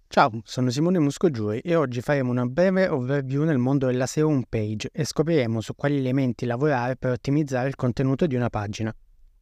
Ciao, sono Simone Muscogiuri e oggi faremo una breve overview nel mondo della SEO homepage e scopriremo su quali elementi lavorare per ottimizzare il contenuto di una pagina.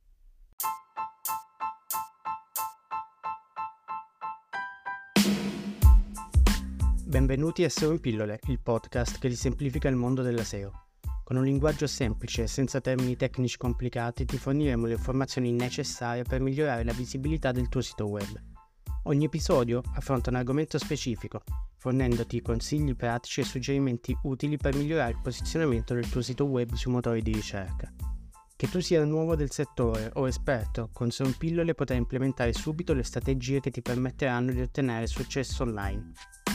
Benvenuti a SEO in pillole, il podcast che ti semplifica il mondo della SEO. Con un linguaggio semplice e senza termini tecnici complicati ti forniremo le informazioni necessarie per migliorare la visibilità del tuo sito web. Ogni episodio affronta un argomento specifico, fornendoti consigli pratici e suggerimenti utili per migliorare il posizionamento del tuo sito web sui motori di ricerca. Che tu sia nuovo del settore o esperto, con SEO in pillole potrai implementare subito le strategie che ti permetteranno di ottenere successo online.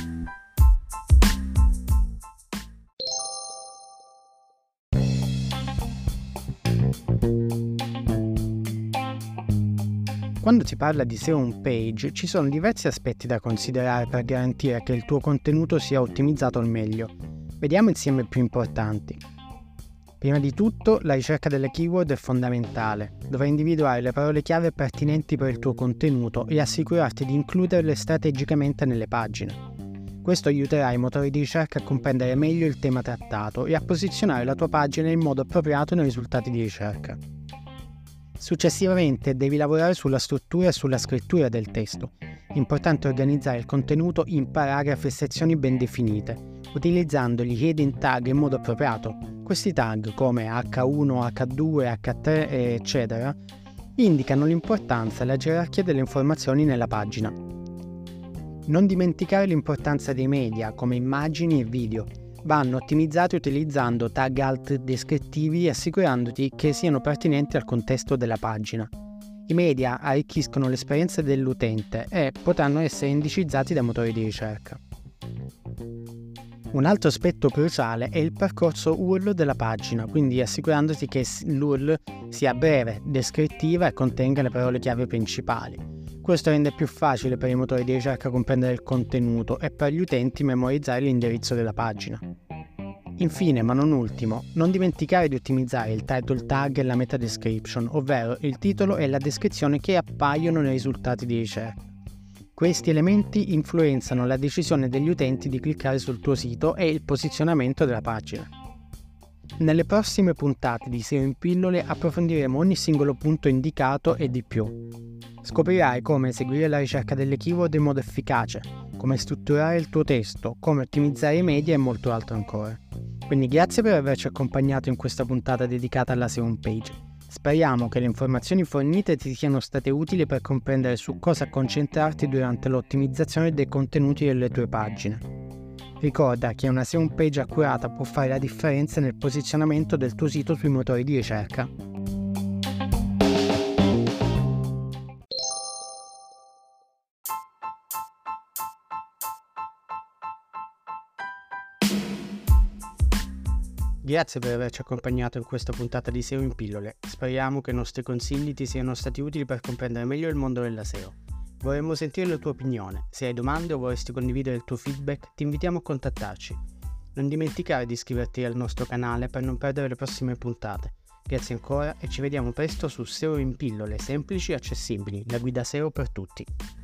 Quando si parla di SEO homepage ci sono diversi aspetti da considerare per garantire che il tuo contenuto sia ottimizzato al meglio. Vediamo insieme i più importanti. Prima di tutto, la ricerca delle keyword è fondamentale. Dovrai individuare le parole chiave pertinenti per il tuo contenuto e assicurarti di includerle strategicamente nelle pagine. Questo aiuterà i motori di ricerca a comprendere meglio il tema trattato e a posizionare la tua pagina in modo appropriato nei risultati di ricerca. Successivamente devi lavorare sulla struttura e sulla scrittura del testo. Importante organizzare il contenuto in paragrafi e sezioni ben definite, utilizzando gli heading tag in modo appropriato. Questi tag, come H1, H2, H3, eccetera, indicano l'importanza e la gerarchia delle informazioni nella pagina. Non dimenticare l'importanza dei media, come immagini e video. Vanno ottimizzati utilizzando tag alt descrittivi e assicurandoti che siano pertinenti al contesto della pagina. I media arricchiscono l'esperienza dell'utente e potranno essere indicizzati dai motori di ricerca. Un altro aspetto cruciale è il percorso URL della pagina, quindi assicurandoti che l'URL sia breve, descrittiva e contenga le parole chiave principali. Questo rende più facile per i motori di ricerca comprendere il contenuto e per gli utenti memorizzare l'indirizzo della pagina. Infine, ma non ultimo, non dimenticare di ottimizzare il title tag e la meta description, ovvero il titolo e la descrizione che appaiono nei risultati di ricerca. Questi elementi influenzano la decisione degli utenti di cliccare sul tuo sito e il posizionamento della pagina. Nelle prossime puntate di SEO in pillole approfondiremo ogni singolo punto indicato e di più. Scoprirai come eseguire la ricerca delle keyword in modo efficace, come strutturare il tuo testo, come ottimizzare i media e molto altro ancora. Quindi grazie per averci accompagnato in questa puntata dedicata alla SEO homepage. Speriamo che le informazioni fornite ti siano state utili per comprendere su cosa concentrarti durante l'ottimizzazione dei contenuti delle tue pagine. Ricorda che una SEO homepage accurata può fare la differenza nel posizionamento del tuo sito sui motori di ricerca. Grazie per averci accompagnato in questa puntata di SEO in pillole. Speriamo che i nostri consigli ti siano stati utili per comprendere meglio il mondo della SEO. Vorremmo sentire la tua opinione. Se hai domande o vorresti condividere il tuo feedback, ti invitiamo a contattarci. Non dimenticare di iscriverti al nostro canale per non perdere le prossime puntate. Grazie ancora e ci vediamo presto su SEO in pillole semplici e accessibili, la guida SEO per tutti.